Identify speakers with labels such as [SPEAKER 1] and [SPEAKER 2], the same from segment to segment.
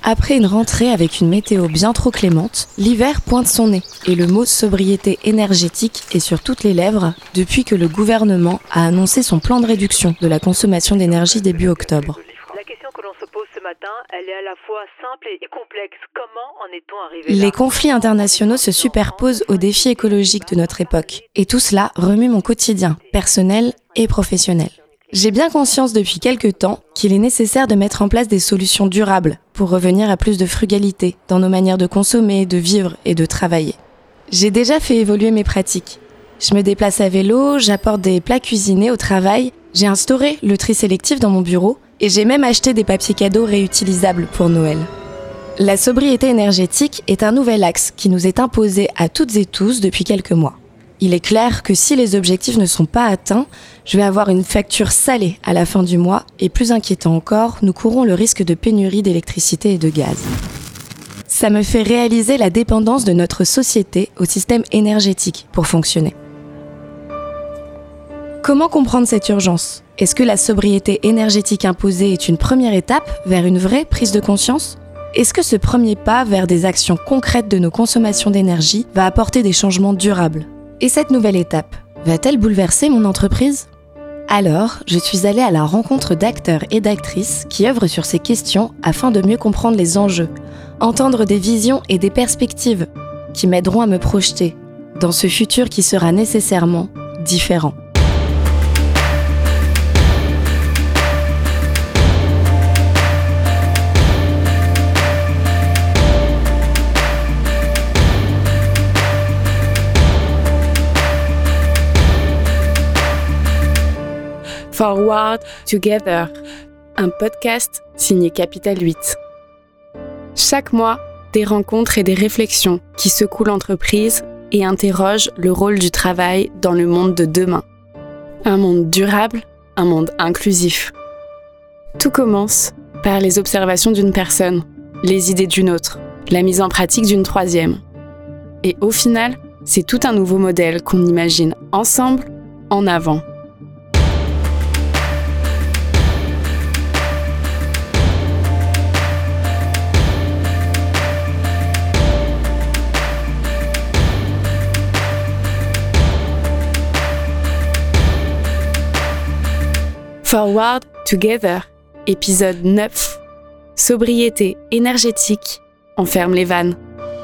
[SPEAKER 1] Après une rentrée avec une météo bien trop clémente, l'hiver pointe son nez et le mot sobriété énergétique est sur toutes les lèvres depuis que le gouvernement a annoncé son plan de réduction de la consommation d'énergie début octobre.
[SPEAKER 2] La question que l'on se pose ce matin, elle est à la fois simple et complexe. Comment en est-on arrivé là ?
[SPEAKER 1] Les conflits internationaux se superposent aux défis écologiques de notre époque et tout cela remue mon quotidien, personnel et professionnel. J'ai bien conscience depuis quelques temps qu'il est nécessaire de mettre en place des solutions durables pour revenir à plus de frugalité dans nos manières de consommer, de vivre et de travailler. J'ai déjà fait évoluer mes pratiques. Je me déplace à vélo, j'apporte des plats cuisinés au travail, j'ai instauré le tri sélectif dans mon bureau et j'ai même acheté des papiers cadeaux réutilisables pour Noël. La sobriété énergétique est un nouvel axe qui nous est imposé à toutes et tous depuis quelques mois. Il est clair que si les objectifs ne sont pas atteints, je vais avoir une facture salée à la fin du mois et plus inquiétant encore, nous courons le risque de pénurie d'électricité et de gaz. Ça me fait réaliser la dépendance de notre société au système énergétique pour fonctionner. Comment comprendre cette urgence ? Est-ce que la sobriété énergétique imposée est une première étape vers une vraie prise de conscience ? Est-ce que ce premier pas vers des actions concrètes de nos consommations d'énergie va apporter des changements durables ? Et cette nouvelle étape, va-t-elle bouleverser mon entreprise ? Alors, je suis allée à la rencontre d'acteurs et d'actrices qui œuvrent sur ces questions afin de mieux comprendre les enjeux, entendre des visions et des perspectives qui m'aideront à me projeter dans ce futur qui sera nécessairement différent.
[SPEAKER 3] Forward Together, un podcast signé Capital 8. Chaque mois, des rencontres et des réflexions qui secouent l'entreprise et interrogent le rôle du travail dans le monde de demain. Un monde durable, un monde inclusif. Tout commence par les observations d'une personne, les idées d'une autre, la mise en pratique d'une troisième. Et au final, c'est tout un nouveau modèle qu'on imagine ensemble, en avant. Forward Together, épisode 9. Sobriété énergétique, on ferme les vannes.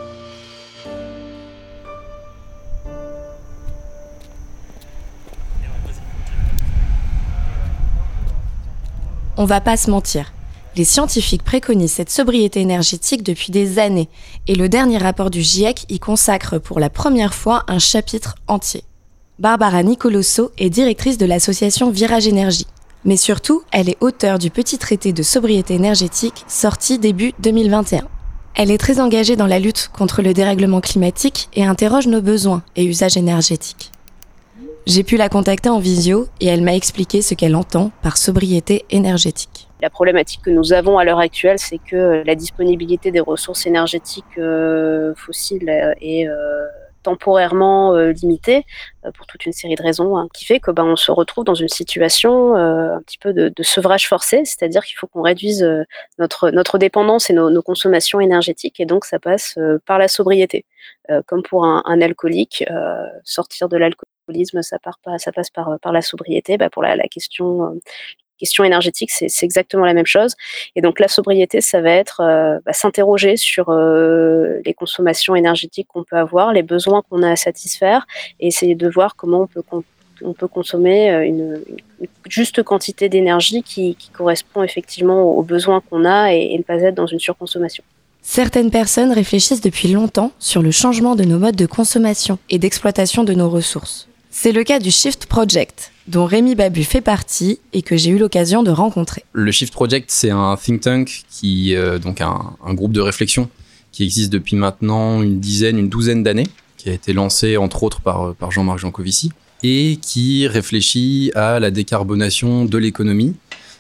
[SPEAKER 1] On va pas se mentir, les scientifiques préconisent cette sobriété énergétique depuis des années et le dernier rapport du GIEC y consacre pour la première fois un chapitre entier. Barbara Nicolosso est directrice de l'association Virage Énergie. Mais surtout, elle est auteure du petit traité de sobriété énergétique sorti début 2021. Elle est très engagée dans la lutte contre le dérèglement climatique et interroge nos besoins et usages énergétiques. J'ai pu la contacter en visio et elle m'a expliqué ce qu'elle entend par sobriété énergétique.
[SPEAKER 4] La problématique que nous avons à l'heure actuelle, c'est que la disponibilité des ressources énergétiques fossiles est temporairement limitée pour toute une série de raisons qui fait que on se retrouve dans une situation un petit peu de sevrage forcé, c'est-à-dire qu'il faut qu'on réduise notre dépendance et nos consommations énergétiques et donc ça passe par la sobriété. Comme pour un alcoolique, sortir de l'alcoolisme, ça passe par la sobriété. Pour la question énergétique, c'est exactement la même chose. Et donc, la sobriété, ça va être s'interroger sur les consommations énergétiques qu'on peut avoir, les besoins qu'on a à satisfaire, et essayer de voir comment on peut consommer une juste quantité d'énergie qui correspond effectivement aux besoins qu'on a et ne pas être dans une surconsommation.
[SPEAKER 1] Certaines personnes réfléchissent depuis longtemps sur le changement de nos modes de consommation et d'exploitation de nos ressources. C'est le cas du Shift Project, dont Rémi Babu fait partie et que j'ai eu l'occasion de rencontrer.
[SPEAKER 5] Le Shift Project, c'est un think tank donc un groupe de réflexion qui existe depuis maintenant une douzaine d'années, qui a été lancé entre autres par Jean-Marc Jancovici et qui réfléchit à la décarbonation de l'économie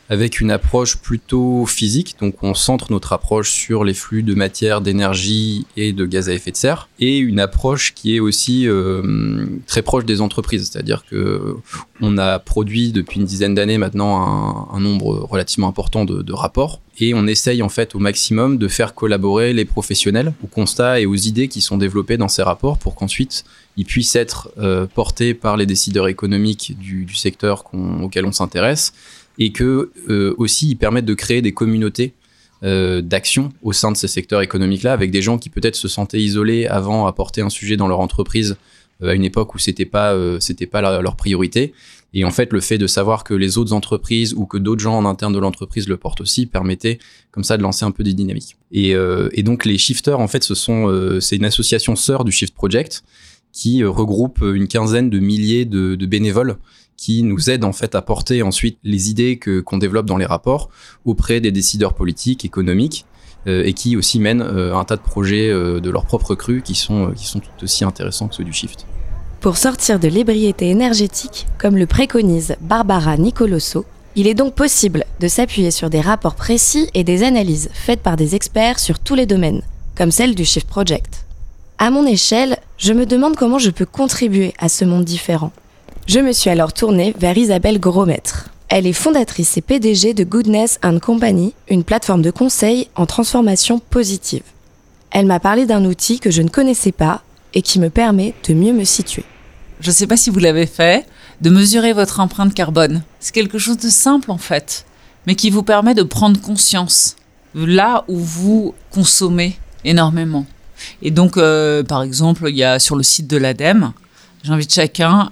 [SPEAKER 5] avec une approche plutôt physique. Donc on centre notre approche sur les flux de matière, d'énergie et de gaz à effet de serre, et une approche qui est aussi très proche des entreprises. C'est-à-dire que on a produit depuis une dizaine d'années maintenant un nombre relativement important de rapports, et on essaye en fait au maximum de faire collaborer les professionnels aux constats et aux idées qui sont développées dans ces rapports pour qu'ensuite ils puissent être portés par les décideurs économiques du secteur auquel on s'intéresse, et que aussi ils permettent de créer des communautés d'action au sein de ces secteurs économiques-là, avec des gens qui peut-être se sentaient isolés avant à porter un sujet dans leur entreprise à une époque où c'était pas leur priorité. Et en fait, le fait de savoir que les autres entreprises ou que d'autres gens en interne de l'entreprise le portent aussi permettait comme ça de lancer un peu des dynamiques. Et donc les shifters, en fait, c'est une association sœur du Shift Project qui regroupe une quinzaine de milliers de bénévoles qui nous aident en fait à porter ensuite les idées qu'on développe dans les rapports auprès des décideurs politiques, économiques, et qui aussi mènent un tas de projets de leur propre cru qui sont tout aussi intéressants que ceux du Shift.
[SPEAKER 1] Pour sortir de l'ébriété énergétique, comme le préconise Barbara Nicoloso, il est donc possible de s'appuyer sur des rapports précis et des analyses faites par des experts sur tous les domaines, comme celle du Shift Project. À mon échelle, je me demande comment je peux contribuer à ce monde différent. Je me suis alors tournée vers Isabelle Grosmaître. Elle est fondatrice et PDG de Goodness & Company, une plateforme de conseil en transformation positive. Elle m'a parlé d'un outil que je ne connaissais pas et qui me permet de mieux me situer.
[SPEAKER 6] Je ne sais pas si vous l'avez fait, de mesurer votre empreinte carbone. C'est quelque chose de simple en fait, mais qui vous permet de prendre conscience là où vous consommez énormément. Et donc, par exemple, il y a sur le site de l'ADEME, j'invite chacun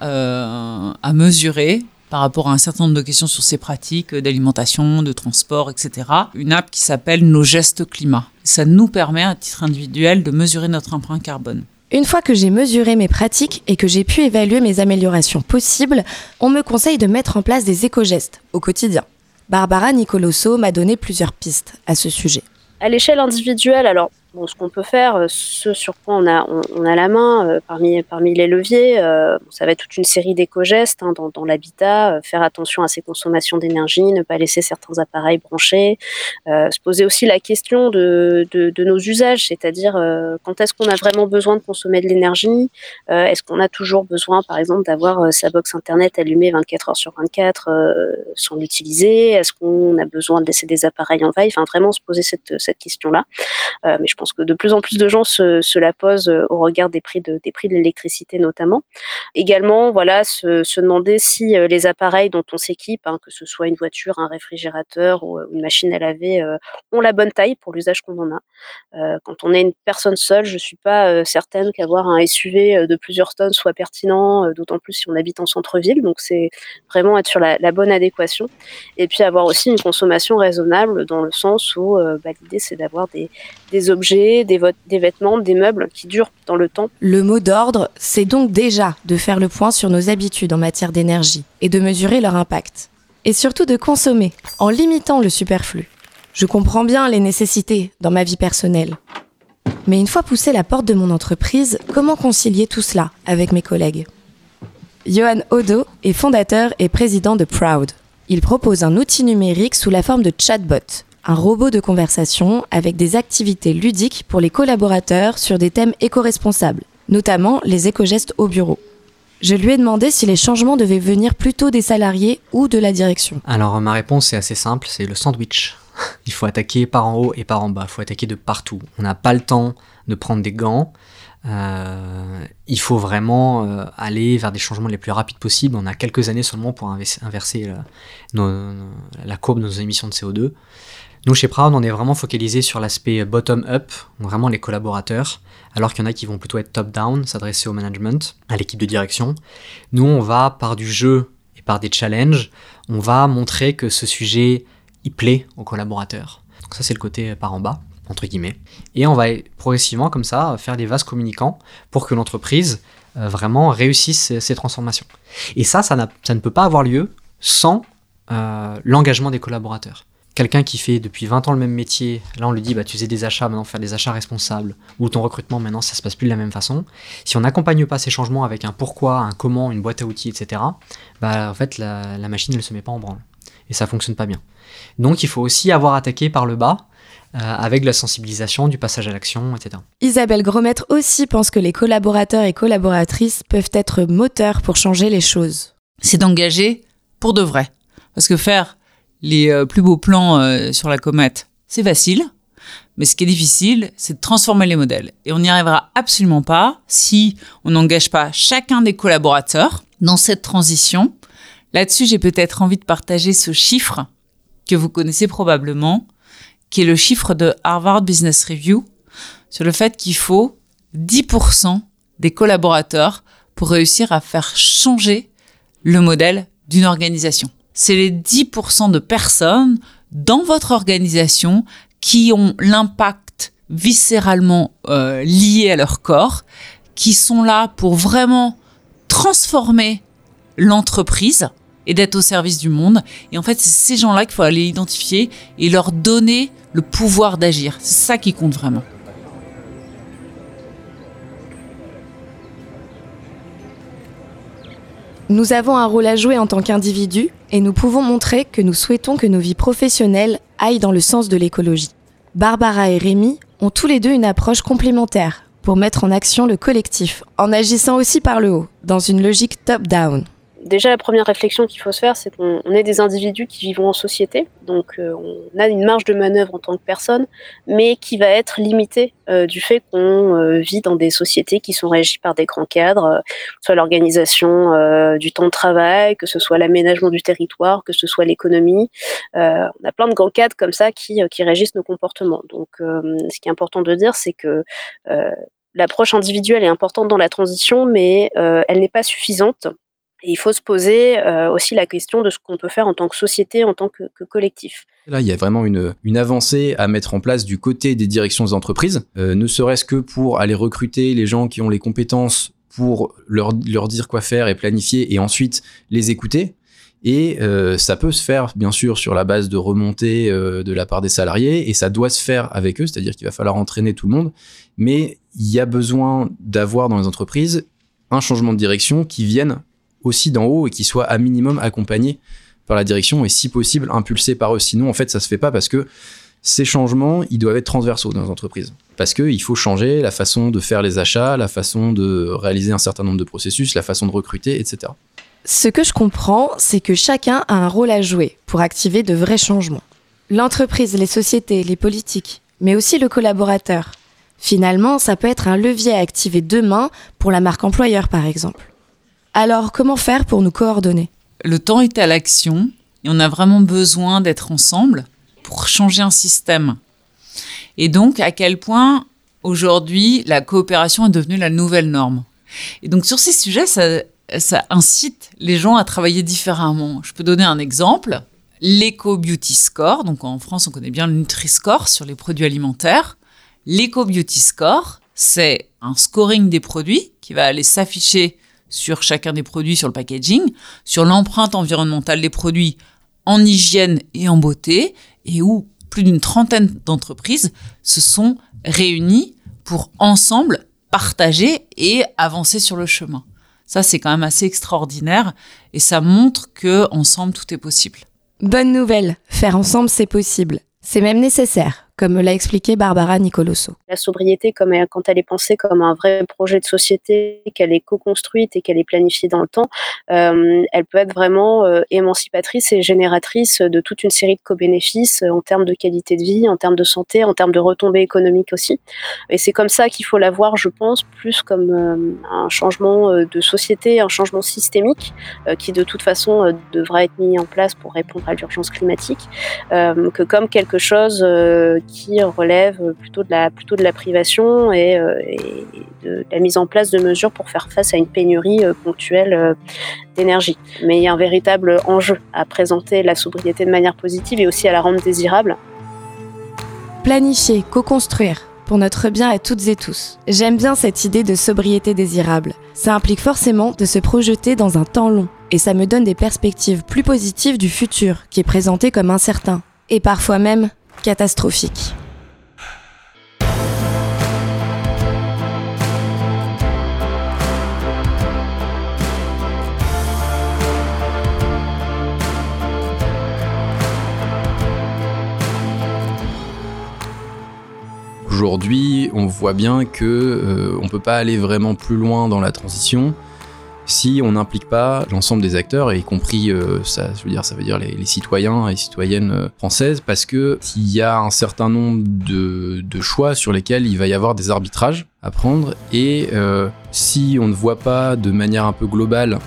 [SPEAKER 6] à mesurer par rapport à un certain nombre de questions sur ses pratiques d'alimentation, de transport, etc. Une app qui s'appelle Nos gestes climat. Ça nous permet, à titre individuel, de mesurer notre empreinte carbone.
[SPEAKER 1] Une fois que j'ai mesuré mes pratiques et que j'ai pu évaluer mes améliorations possibles, on me conseille de mettre en place des éco-gestes au quotidien. Barbara Nicoloso m'a donné plusieurs pistes à ce sujet.
[SPEAKER 4] À l'échelle individuelle, alors, ce qu'on peut faire, ce sur quoi on a la main, parmi les leviers, ça va être toute une série d'éco-gestes dans l'habitat, faire attention à ses consommations d'énergie, ne pas laisser certains appareils branchés, se poser aussi la question de nos usages, c'est-à-dire quand est-ce qu'on a vraiment besoin de consommer de l'énergie, est-ce qu'on a toujours besoin, par exemple, d'avoir sa box internet allumée 24 heures sur 24 sans l'utiliser, est-ce qu'on a besoin de laisser des appareils en veille, enfin vraiment se poser cette question-là, mais je pense que de plus en plus de gens se la posent au regard des prix de l'électricité notamment. Également, voilà, se demander si les appareils dont on s'équipe, que ce soit une voiture, un réfrigérateur ou une machine à laver, ont la bonne taille pour l'usage qu'on en a. Quand on est une personne seule, je ne suis pas certaine qu'avoir un SUV de plusieurs tonnes soit pertinent, d'autant plus si on habite en centre-ville. Donc c'est vraiment être sur la bonne adéquation. Et puis avoir aussi une consommation raisonnable dans le sens où l'idée c'est d'avoir des objets, des vêtements, des meubles qui durent dans le temps.
[SPEAKER 1] Le mot d'ordre, c'est donc déjà de faire le point sur nos habitudes en matière d'énergie et de mesurer leur impact. Et surtout de consommer, en limitant le superflu. Je comprends bien les nécessités dans ma vie personnelle. Mais une fois poussé la porte de mon entreprise, comment concilier tout cela avec mes collègues ? Johan Odo est fondateur et président de Proud. Il propose un outil numérique sous la forme de chatbot, un robot de conversation avec des activités ludiques pour les collaborateurs sur des thèmes éco-responsables, notamment les éco-gestes au bureau. Je lui ai demandé si les changements devaient venir plutôt des salariés ou de la direction.
[SPEAKER 7] Alors ma réponse est assez simple, c'est le sandwich. Il faut attaquer par en haut et par en bas, il faut attaquer de partout. On n'a pas le temps de prendre des gants. Il faut vraiment aller vers des changements les plus rapides possibles. On a quelques années seulement pour inverser la courbe de nos émissions de CO2. Nous, chez Proud, on est vraiment focalisé sur l'aspect bottom-up, vraiment les collaborateurs, alors qu'il y en a qui vont plutôt être top-down, s'adresser au management, à l'équipe de direction. Nous, on va, par du jeu et par des challenges, on va montrer que ce sujet, il plaît aux collaborateurs. Donc ça, c'est le côté par en bas, entre guillemets. Et on va progressivement, comme ça, faire des vases communicants pour que l'entreprise vraiment réussisse ces transformations. Et ça ne peut pas avoir lieu sans l'engagement des collaborateurs. Quelqu'un qui fait depuis 20 ans le même métier, là on lui dit tu faisais des achats, maintenant faire des achats responsables, ou ton recrutement maintenant ça se passe plus de la même façon. Si on n'accompagne pas ces changements avec un pourquoi, un comment, une boîte à outils, etc., en fait la machine elle se met pas en branle. Et ça fonctionne pas bien. Donc il faut aussi avoir attaqué par le bas, avec de la sensibilisation, du passage à l'action, etc.
[SPEAKER 1] Isabelle Gromette aussi pense que les collaborateurs et collaboratrices peuvent être moteurs pour changer les choses.
[SPEAKER 6] C'est d'engager pour de vrai. Parce que faire les plus beaux plans sur la comète, c'est facile. Mais ce qui est difficile, c'est de transformer les modèles. Et on n'y arrivera absolument pas si on n'engage pas chacun des collaborateurs dans cette transition. Là-dessus, j'ai peut-être envie de partager ce chiffre que vous connaissez probablement, qui est le chiffre de Harvard Business Review, sur le fait qu'il faut 10% des collaborateurs pour réussir à faire changer le modèle d'une organisation. C'est les 10% de personnes dans votre organisation qui ont l'impact viscéralement lié à leur corps, qui sont là pour vraiment transformer l'entreprise et d'être au service du monde. Et en fait, c'est ces gens-là qu'il faut aller identifier et leur donner le pouvoir d'agir. C'est ça qui compte vraiment.
[SPEAKER 1] Nous avons un rôle à jouer en tant qu'individus et nous pouvons montrer que nous souhaitons que nos vies professionnelles aillent dans le sens de l'écologie. Barbara et Rémi ont tous les deux une approche complémentaire pour mettre en action le collectif, en agissant aussi par le haut, dans une logique top-down.
[SPEAKER 4] Déjà, la première réflexion qu'il faut se faire, c'est qu'on est des individus qui vivent en société, donc on a une marge de manœuvre en tant que personne, mais qui va être limitée du fait qu'on vit dans des sociétés qui sont régies par des grands cadres, que ce soit l'organisation du temps de travail, que ce soit l'aménagement du territoire, que ce soit l'économie. On a plein de grands cadres comme ça qui régissent nos comportements. Donc, ce qui est important de dire, c'est que l'approche individuelle est importante dans la transition, mais elle n'est pas suffisante. Et il faut se poser aussi la question de ce qu'on peut faire en tant que société, en tant que collectif.
[SPEAKER 5] Là, il y a vraiment une avancée à mettre en place du côté des directions des entreprises, ne serait-ce que pour aller recruter les gens qui ont les compétences pour leur dire quoi faire et planifier et ensuite les écouter. Et ça peut se faire, bien sûr, sur la base de remontées de la part des salariés, et ça doit se faire avec eux, c'est-à-dire qu'il va falloir entraîner tout le monde. Mais il y a besoin d'avoir dans les entreprises un changement de direction qui vienne aussi d'en haut et qui soit à minimum accompagné par la direction et si possible impulsé par eux. Sinon, en fait, ça se fait pas parce que ces changements, ils doivent être transversaux dans les entreprises. Parce qu'il faut changer la façon de faire les achats, la façon de réaliser un certain nombre de processus, la façon de recruter, etc.
[SPEAKER 1] Ce que je comprends, c'est que chacun a un rôle à jouer pour activer de vrais changements. L'entreprise, les sociétés, les politiques, mais aussi le collaborateur. Finalement, ça peut être un levier à activer demain pour la marque employeur, par exemple. Alors, comment faire pour nous coordonner ?
[SPEAKER 6] Le temps est à l'action et on a vraiment besoin d'être ensemble pour changer un système. Et donc, à quel point, aujourd'hui, la coopération est devenue la nouvelle norme. Et donc, sur ces sujets, ça incite les gens à travailler différemment. Je peux donner un exemple. L'Eco-Beauty Score, donc en France, on connaît bien le Nutri-Score sur les produits alimentaires. L'Eco-Beauty Score, c'est un scoring des produits qui va aller s'afficher sur chacun des produits, sur le packaging, sur l'empreinte environnementale des produits en hygiène et en beauté, et où plus d'une trentaine d'entreprises se sont réunies pour ensemble partager et avancer sur le chemin. Ça, c'est quand même assez extraordinaire et ça montre qu'ensemble, tout est possible.
[SPEAKER 1] Bonne nouvelle, faire ensemble, c'est possible. C'est même nécessaire, comme me l'a expliqué Barbara Nicoloso.
[SPEAKER 4] La sobriété, quand elle est pensée comme un vrai projet de société, qu'elle est co-construite et qu'elle est planifiée dans le temps, elle peut être vraiment émancipatrice et génératrice de toute une série de co-bénéfices en termes de qualité de vie, en termes de santé, en termes de retombées économiques aussi. Et c'est comme ça qu'il faut la voir, je pense, plus comme un changement de société, un changement systémique qui de toute façon devra être mis en place pour répondre à l'urgence climatique, que comme quelque chose qui relève plutôt de la privation et de la mise en place de mesures pour faire face à une pénurie ponctuelle d'énergie. Mais il y a un véritable enjeu à présenter la sobriété de manière positive et aussi à la rendre désirable.
[SPEAKER 1] Planifier, co-construire, pour notre bien à toutes et tous. J'aime bien cette idée de sobriété désirable. Ça implique forcément de se projeter dans un temps long. Et ça me donne des perspectives plus positives du futur, qui est présenté comme incertain. Et parfois même catastrophique.
[SPEAKER 5] aujourd'hui, on voit bien que on peut pas aller vraiment plus loin dans la transition si on n'implique pas l'ensemble des acteurs, et y compris ça veut dire les citoyens et citoyennes françaises, parce que s'il y a un certain nombre de choix sur lesquels il va y avoir des arbitrages à prendre, et si on ne voit pas de manière un peu globale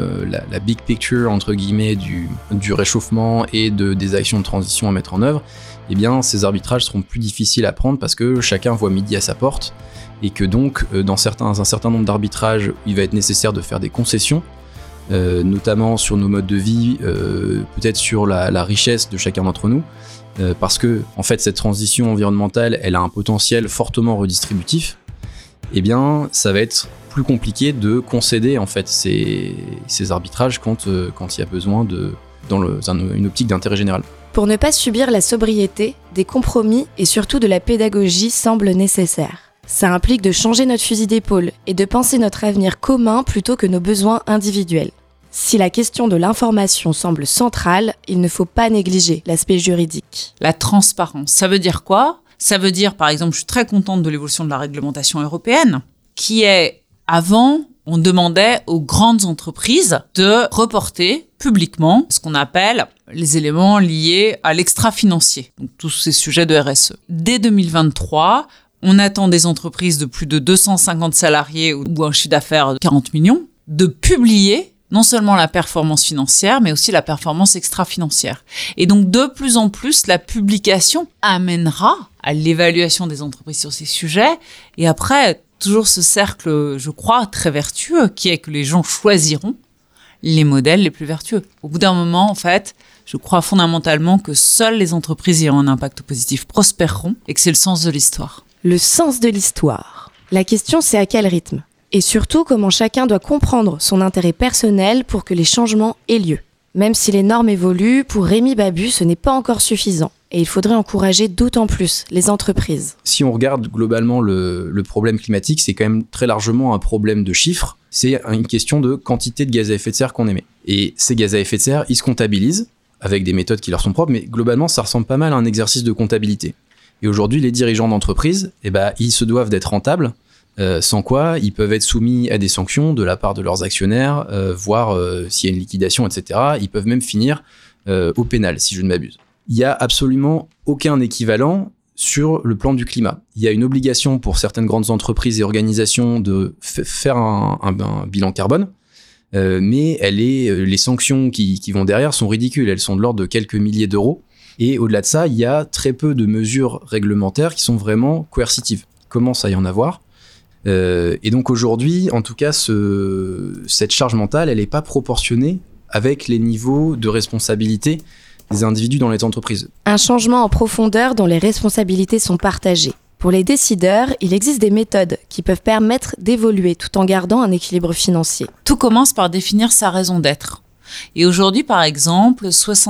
[SPEAKER 5] la big picture entre guillemets du réchauffement et des actions de transition à mettre en œuvre, eh bien ces arbitrages seront plus difficiles à prendre parce que chacun voit midi à sa porte, et que donc dans un certain nombre d'arbitrages, il va être nécessaire de faire des concessions, notamment sur nos modes de vie, peut-être sur la richesse de chacun d'entre nous, parce que en fait cette transition environnementale, elle a un potentiel fortement redistributif. Eh bien ça va être plus compliqué de concéder en fait ces arbitrages quand il y a besoin dans une optique d'intérêt général.
[SPEAKER 1] Pour ne pas subir la sobriété, des compromis et surtout de la pédagogie semblent nécessaires. Ça implique de changer notre fusil d'épaule et de penser notre avenir commun plutôt que nos besoins individuels. Si la question de l'information semble centrale, il ne faut pas négliger l'aspect juridique.
[SPEAKER 6] La transparence, ça veut dire quoi ? Ça veut dire, par exemple, je suis très contente de l'évolution de la réglementation européenne, qui est, avant, on demandait aux grandes entreprises de reporter publiquement ce qu'on appelle les éléments liés à l'extra-financier, donc tous ces sujets de RSE. Dès 2023, on attend des entreprises de plus de 250 salariés ou un chiffre d'affaires de 40 millions de publier non seulement la performance financière, mais aussi la performance extra-financière. Et donc, de plus en plus, la publication amènera à l'évaluation des entreprises sur ces sujets. Et après, toujours ce cercle, je crois, très vertueux, qui est que les gens choisiront les modèles les plus vertueux. Au bout d'un moment, en fait, je crois fondamentalement que seules les entreprises ayant un impact positif prospéreront et que c'est le sens de l'histoire.
[SPEAKER 1] Le sens de l'histoire. La question, c'est à quel rythme ? Et surtout, comment chacun doit comprendre son intérêt personnel pour que les changements aient lieu. Même si les normes évoluent, pour Rémi Babu, ce n'est pas encore suffisant. Et il faudrait encourager d'autant plus les entreprises.
[SPEAKER 5] Si on regarde globalement le problème climatique, c'est quand même très largement un problème de chiffres. C'est une question de quantité de gaz à effet de serre qu'on émet. Et ces gaz à effet de serre, ils se comptabilisent avec des méthodes qui leur sont propres, mais globalement, ça ressemble pas mal à un exercice de comptabilité. Et aujourd'hui, les dirigeants d'entreprise, ils se doivent d'être rentables, sans quoi ils peuvent être soumis à des sanctions de la part de leurs actionnaires, voire s'il y a une liquidation, etc. Ils peuvent même finir au pénal, si je ne m'abuse. Il n'y a absolument aucun équivalent sur le plan du climat. Il y a une obligation pour certaines grandes entreprises et organisations de faire un bilan carbone, mais les sanctions qui vont derrière sont ridicules. Elles sont de l'ordre de quelques milliers d'euros. Et au-delà de ça, il y a très peu de mesures réglementaires qui sont vraiment coercitives. Il commence à y en avoir. Et donc aujourd'hui, en tout cas, cette charge mentale, elle n'est pas proportionnée avec les niveaux de responsabilité des individus dans les entreprises.
[SPEAKER 1] Un changement en profondeur dont les responsabilités sont partagées. Pour les décideurs, il existe des méthodes qui peuvent permettre d'évoluer tout en gardant un équilibre financier.
[SPEAKER 6] Tout commence par définir sa raison d'être. Et aujourd'hui, par exemple,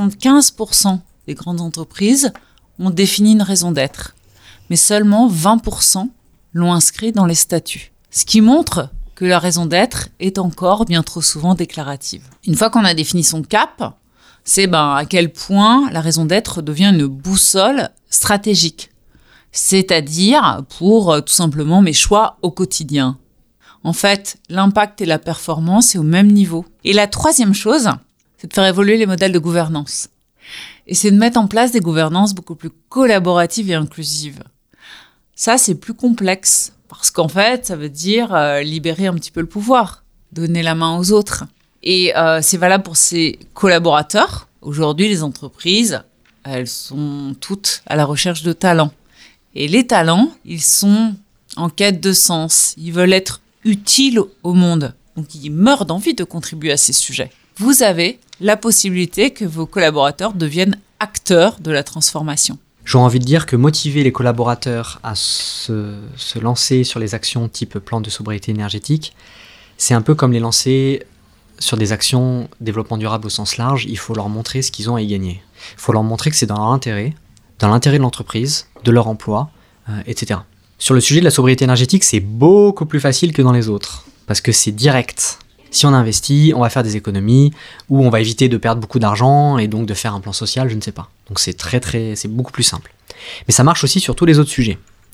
[SPEAKER 6] 75% des grandes entreprises ont défini une raison d'être, mais seulement 20% l'ont inscrit dans les statuts. Ce qui montre que la raison d'être est encore bien trop souvent déclarative. Une fois qu'on a défini son cap, c'est à quel point la raison d'être devient une boussole stratégique, c'est-à-dire pour tout simplement mes choix au quotidien. En fait, l'impact et la performance est au même niveau. Et la troisième chose, c'est de faire évoluer les modèles de gouvernance. Et c'est de mettre en place des gouvernances beaucoup plus collaboratives et inclusives. Ça, c'est plus complexe, parce qu'en fait, ça veut dire libérer un petit peu le pouvoir, donner la main aux autres. Et c'est valable pour ces collaborateurs. Aujourd'hui, les entreprises, elles sont toutes à la recherche de talents. Et les talents, ils sont en quête de sens. Ils veulent être utiles au monde. Donc, ils meurent d'envie de contribuer à ces sujets. Vous avez la possibilité que vos collaborateurs deviennent acteurs de la transformation.
[SPEAKER 7] J'aurais envie de dire que motiver les collaborateurs à se lancer sur les actions type plan de sobriété énergétique, c'est un peu comme les lancer sur des actions développement durable au sens large. Il faut leur montrer ce qu'ils ont à y gagner. Il faut leur montrer que c'est dans leur intérêt, dans l'intérêt de l'entreprise, de leur emploi, etc. Sur le sujet de la sobriété énergétique, c'est beaucoup plus facile que dans les autres, parce que c'est direct. Si on investit, on va faire des économies, ou on va éviter de perdre beaucoup d'argent, et donc de faire un plan social, je ne sais pas. Donc c'est beaucoup plus simple. Mais ça marche aussi sur tous les autres sujets.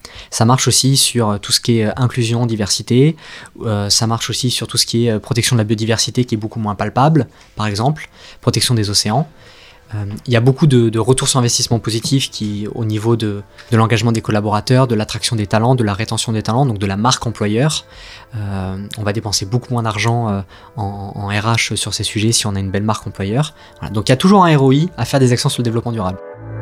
[SPEAKER 7] Ça marche aussi sur tout ce qui est inclusion, diversité. Ça marche aussi sur tout ce qui est protection de la biodiversité qui est beaucoup moins palpable, par exemple, protection des océans. Il y a beaucoup de retours sur investissement positifs qui, au niveau de l'engagement des collaborateurs, de l'attraction des talents, de la rétention des talents, donc de la marque employeur. On va dépenser beaucoup moins d'argent en RH sur ces sujets si on a une belle marque employeur. Voilà. Donc il y a toujours un ROI à faire des actions sur le développement durable.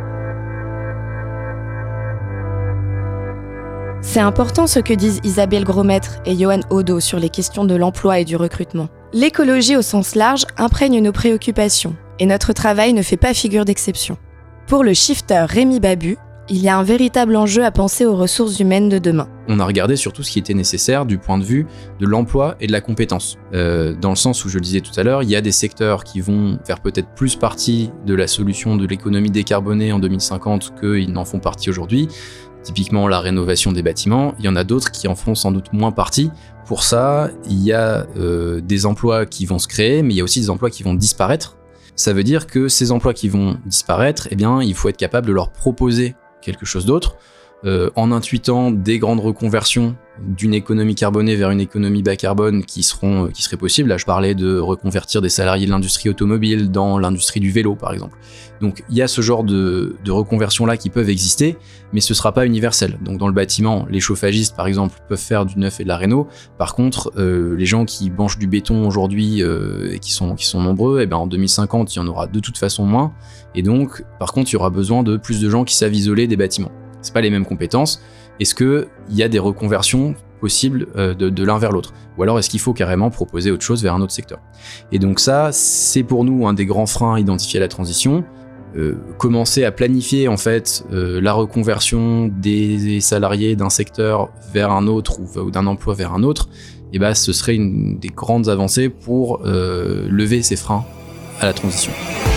[SPEAKER 1] C'est important ce que disent Isabelle Grosmaître et Johan Odo sur les questions de l'emploi et du recrutement. L'écologie au sens large imprègne nos préoccupations et notre travail ne fait pas figure d'exception. Pour le shifter Rémi Babu, il y a un véritable enjeu à penser aux ressources humaines de demain.
[SPEAKER 5] On a regardé sur tout ce qui était nécessaire du point de vue de l'emploi et de la compétence. Dans le sens où je le disais tout à l'heure, il y a des secteurs qui vont faire peut-être plus partie de la solution de l'économie décarbonée en 2050 qu'ils n'en font partie aujourd'hui. Typiquement la rénovation des bâtiments, il y en a d'autres qui en feront sans doute moins partie. Pour ça, il y a des emplois qui vont se créer, mais il y a aussi des emplois qui vont disparaître. Ça veut dire que ces emplois qui vont disparaître, eh bien, il faut être capable de leur proposer quelque chose d'autre, en intuitant des grandes reconversions d'une économie carbonée vers une économie bas carbone qui seraient possibles. Là, je parlais de reconvertir des salariés de l'industrie automobile dans l'industrie du vélo, par exemple. Donc, il y a ce genre de reconversions-là qui peuvent exister, mais ce sera pas universel. Donc, dans le bâtiment, les chauffagistes, par exemple, peuvent faire du neuf et de la réno. Par contre, les gens qui banchent du béton aujourd'hui et qui sont nombreux, eh ben, en 2050, il y en aura de toute façon moins. Et donc, par contre, il y aura besoin de plus de gens qui savent isoler des bâtiments. C'est pas les mêmes compétences. Est-ce qu'il y a des reconversions possibles de l'un vers l'autre? Ou alors est-ce qu'il faut carrément proposer autre chose vers un autre secteur? Et donc ça, c'est pour nous un des grands freins à identifier la transition. Commencer à planifier en fait la reconversion des salariés d'un secteur vers un autre ou d'un emploi vers un autre, et ben, ce serait une des grandes avancées pour lever ces freins à la transition.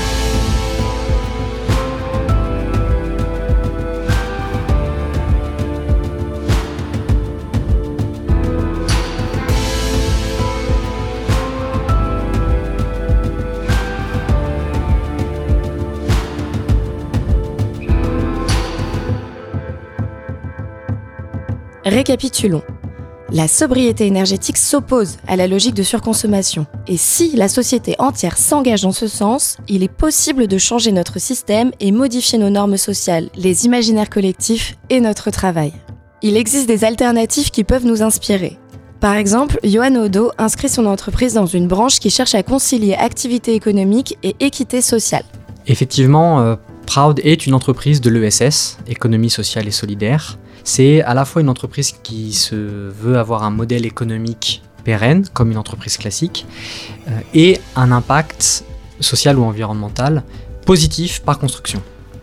[SPEAKER 1] Récapitulons. La sobriété énergétique s'oppose à la logique de surconsommation. Et si la société entière s'engage dans ce sens, il est possible de changer notre système et modifier nos normes sociales, les imaginaires collectifs et notre travail. Il existe des alternatives qui peuvent nous inspirer. Par exemple, Johan Odo inscrit son entreprise dans une branche qui cherche à concilier activité économique et équité sociale.
[SPEAKER 7] Effectivement, Proud est une entreprise de l'ESS, Économie sociale et solidaire. C'est à la fois une entreprise qui se veut avoir un modèle économique pérenne, comme une entreprise classique, et un impact social ou environnemental positif par construction.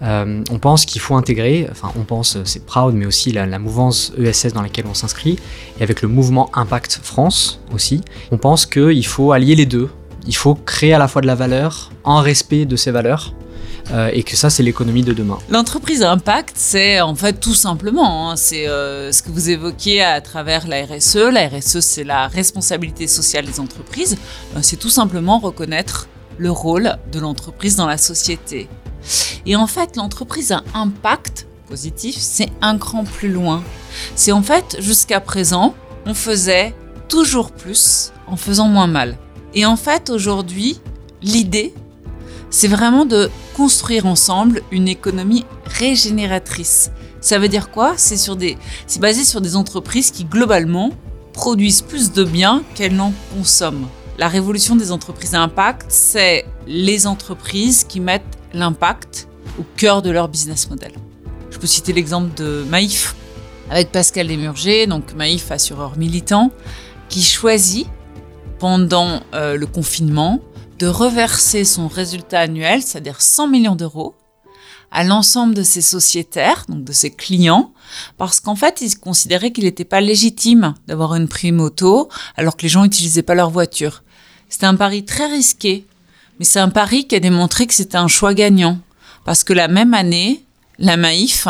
[SPEAKER 7] On pense qu'il faut intégrer, c'est Proud, mais aussi la mouvance ESS dans laquelle on s'inscrit, et avec le mouvement Impact France aussi, on pense qu'il faut allier les deux. Il faut créer à la fois de la valeur en respect de ces valeurs, et que ça, c'est l'économie de demain.
[SPEAKER 6] L'entreprise à impact, c'est en fait tout simplement, c'est ce que vous évoquiez à travers la RSE. La RSE, c'est la responsabilité sociale des entreprises. C'est tout simplement reconnaître le rôle de l'entreprise dans la société. Et en fait, l'entreprise à impact positif, c'est un cran plus loin. C'est en fait, jusqu'à présent, on faisait toujours plus en faisant moins mal. Et en fait, aujourd'hui, l'idée, c'est vraiment de construire ensemble une économie régénératrice. Ça veut dire quoi ? C'est basé sur des entreprises qui, globalement, produisent plus de biens qu'elles n'en consomment. La révolution des entreprises à impact, c'est les entreprises qui mettent l'impact au cœur de leur business model. Je peux citer l'exemple de Maïf, avec Pascal Desmurger, donc Maïf, assureur militant, qui choisit, pendant le confinement, de reverser son résultat annuel, c'est-à-dire 100 millions d'euros, à l'ensemble de ses sociétaires, donc de ses clients, parce qu'en fait, ils considéraient qu'il n'était pas légitime d'avoir une prime auto, alors que les gens n'utilisaient pas leur voiture. C'était un pari très risqué, mais c'est un pari qui a démontré que c'était un choix gagnant, parce que la même année, la Maïf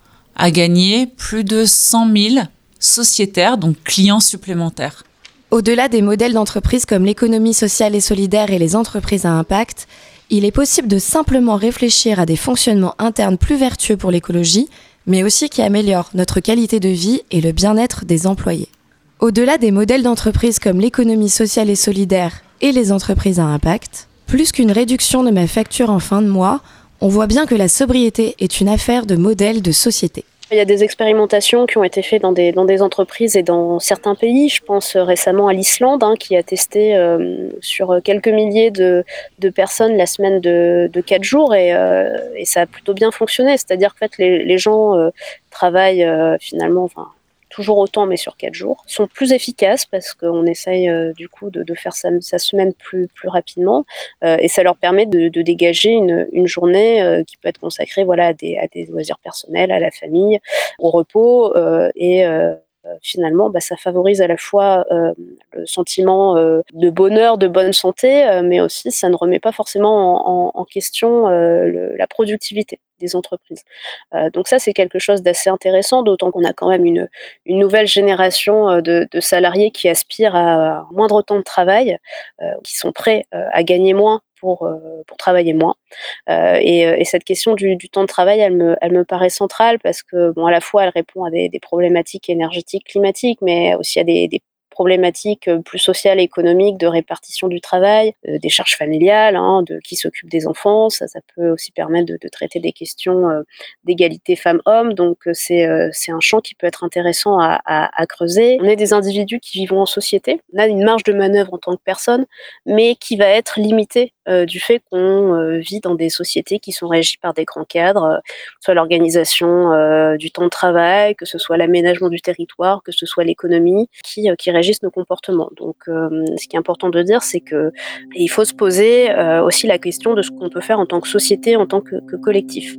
[SPEAKER 6] a gagné plus de 100 000 sociétaires, donc clients supplémentaires.
[SPEAKER 1] Au-delà des modèles d'entreprise comme l'économie sociale et solidaire et les entreprises à impact, il est possible de simplement réfléchir à des fonctionnements internes plus vertueux pour l'écologie, mais aussi qui améliore notre qualité de vie et le bien-être des employés. Au-delà des modèles d'entreprise comme l'économie sociale et solidaire et les entreprises à impact, plus qu'une réduction de ma facture en fin de mois, on voit bien que la sobriété est une affaire de modèle de société.
[SPEAKER 4] Il y a des expérimentations qui ont été faites dans des entreprises et dans certains pays. Je pense récemment à l'Islande, qui a testé sur quelques milliers de personnes la semaine de 4 jours et ça a plutôt bien fonctionné. C'est-à-dire qu'en fait, les gens travaillent finalement... toujours autant, mais sur 4 jours, sont plus efficaces parce qu'on essaye du coup de faire sa semaine plus rapidement et ça leur permet de dégager une journée qui peut être consacrée à des loisirs personnels, à la famille, au repos et finalement, ça favorise à la fois le sentiment de bonheur, de bonne santé, mais aussi ça ne remet pas forcément en question la productivité des entreprises. Donc ça, c'est quelque chose d'assez intéressant, d'autant qu'on a quand même une nouvelle génération de salariés qui aspirent à moindre temps de travail, qui sont prêts à gagner moins pour travailler moins. Et cette question du temps de travail, elle me paraît centrale parce que, à la fois, elle répond à des problématiques énergétiques, climatiques, mais aussi à des problématiques plus sociales et économiques de répartition du travail, des charges familiales, de qui s'occupe des enfants. Ça peut aussi permettre de traiter des questions d'égalité femmes-hommes. Donc c'est un champ qui peut être intéressant à creuser. On est des individus qui vivent en société. On a une marge de manœuvre en tant que personne, mais qui va être limitée du fait qu'on vit dans des sociétés qui sont régies par des grands cadres, que ce soit l'organisation du temps de travail, que ce soit l'aménagement du territoire, que ce soit l'économie, qui régissent nos comportements. Donc ce qui est important de dire, c'est que il faut se poser aussi la question de ce qu'on peut faire en tant que société, en tant que collectif.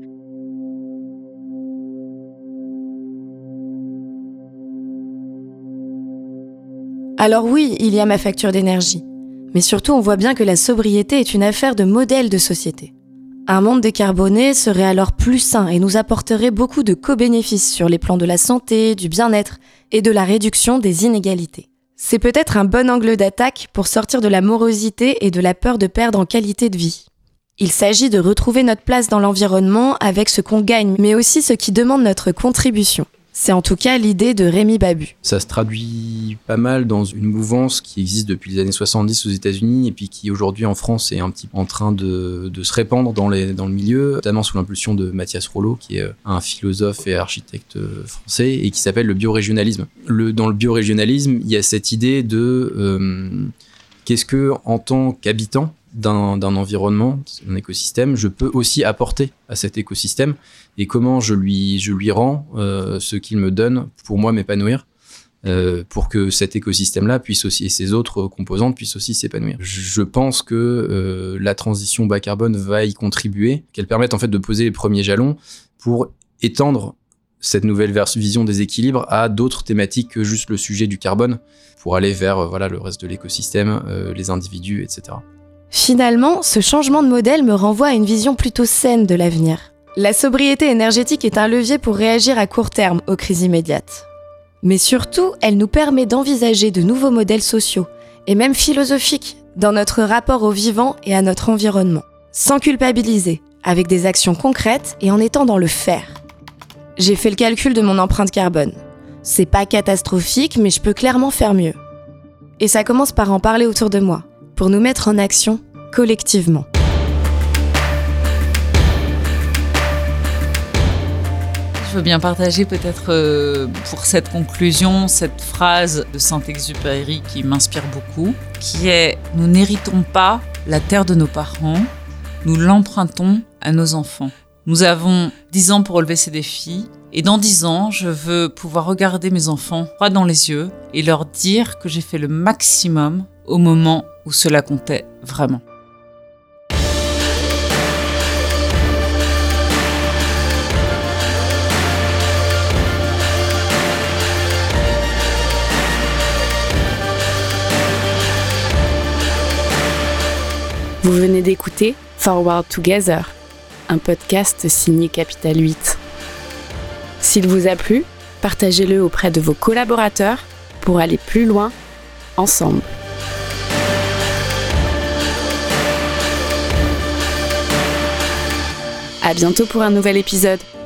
[SPEAKER 1] Alors oui, il y a ma facture d'énergie. Mais surtout, on voit bien que la sobriété est une affaire de modèle de société. Un monde décarboné serait alors plus sain et nous apporterait beaucoup de co-bénéfices sur les plans de la santé, du bien-être et de la réduction des inégalités. C'est peut-être un bon angle d'attaque pour sortir de la morosité et de la peur de perdre en qualité de vie. Il s'agit de retrouver notre place dans l'environnement avec ce qu'on gagne, mais aussi ce qui demande notre contribution. C'est en tout cas l'idée de Rémi Babu.
[SPEAKER 5] Ça se traduit pas mal dans une mouvance qui existe depuis les années 70 aux États-Unis et puis qui aujourd'hui en France est un petit peu en train de se répandre dans le milieu, notamment sous l'impulsion de Mathias Rollo, qui est un philosophe et architecte français et qui s'appelle le biorégionalisme. Dans le biorégionalisme, il y a cette idée de qu'est-ce que, en tant qu'habitant d'un environnement, d'un écosystème, je peux aussi apporter à cet écosystème et comment je lui rends ce qu'il me donne pour moi m'épanouir, pour que cet écosystème-là puisse aussi, et ses autres composantes puissent aussi s'épanouir. Je pense que la transition bas carbone va y contribuer, qu'elle permette en fait de poser les premiers jalons pour étendre cette nouvelle vision des équilibres à d'autres thématiques que juste le sujet du carbone, pour aller vers le reste de l'écosystème, les individus, etc.
[SPEAKER 1] Finalement, ce changement de modèle me renvoie à une vision plutôt saine de l'avenir. La sobriété énergétique est un levier pour réagir à court terme aux crises immédiates. Mais surtout, elle nous permet d'envisager de nouveaux modèles sociaux, et même philosophiques, dans notre rapport au vivant et à notre environnement. Sans culpabiliser, avec des actions concrètes et en étant dans le faire. J'ai fait le calcul de mon empreinte carbone. C'est pas catastrophique, mais je peux clairement faire mieux. Et ça commence par en parler autour de moi, pour nous mettre en action collectivement.
[SPEAKER 6] Je veux bien partager peut-être pour cette conclusion, cette phrase de Saint-Exupéry qui m'inspire beaucoup, qui est « Nous n'héritons pas la terre de nos parents, nous l'empruntons à nos enfants ». Nous avons 10 ans pour relever ces défis, et dans 10 ans, je veux pouvoir regarder mes enfants droit dans les yeux et leur dire que j'ai fait le maximum au moment où cela comptait vraiment.
[SPEAKER 3] Vous venez d'écouter Forward Together, un podcast signé Capital 8. S'il vous a plu, partagez-le auprès de vos collaborateurs pour aller plus loin ensemble. À bientôt pour un nouvel épisode.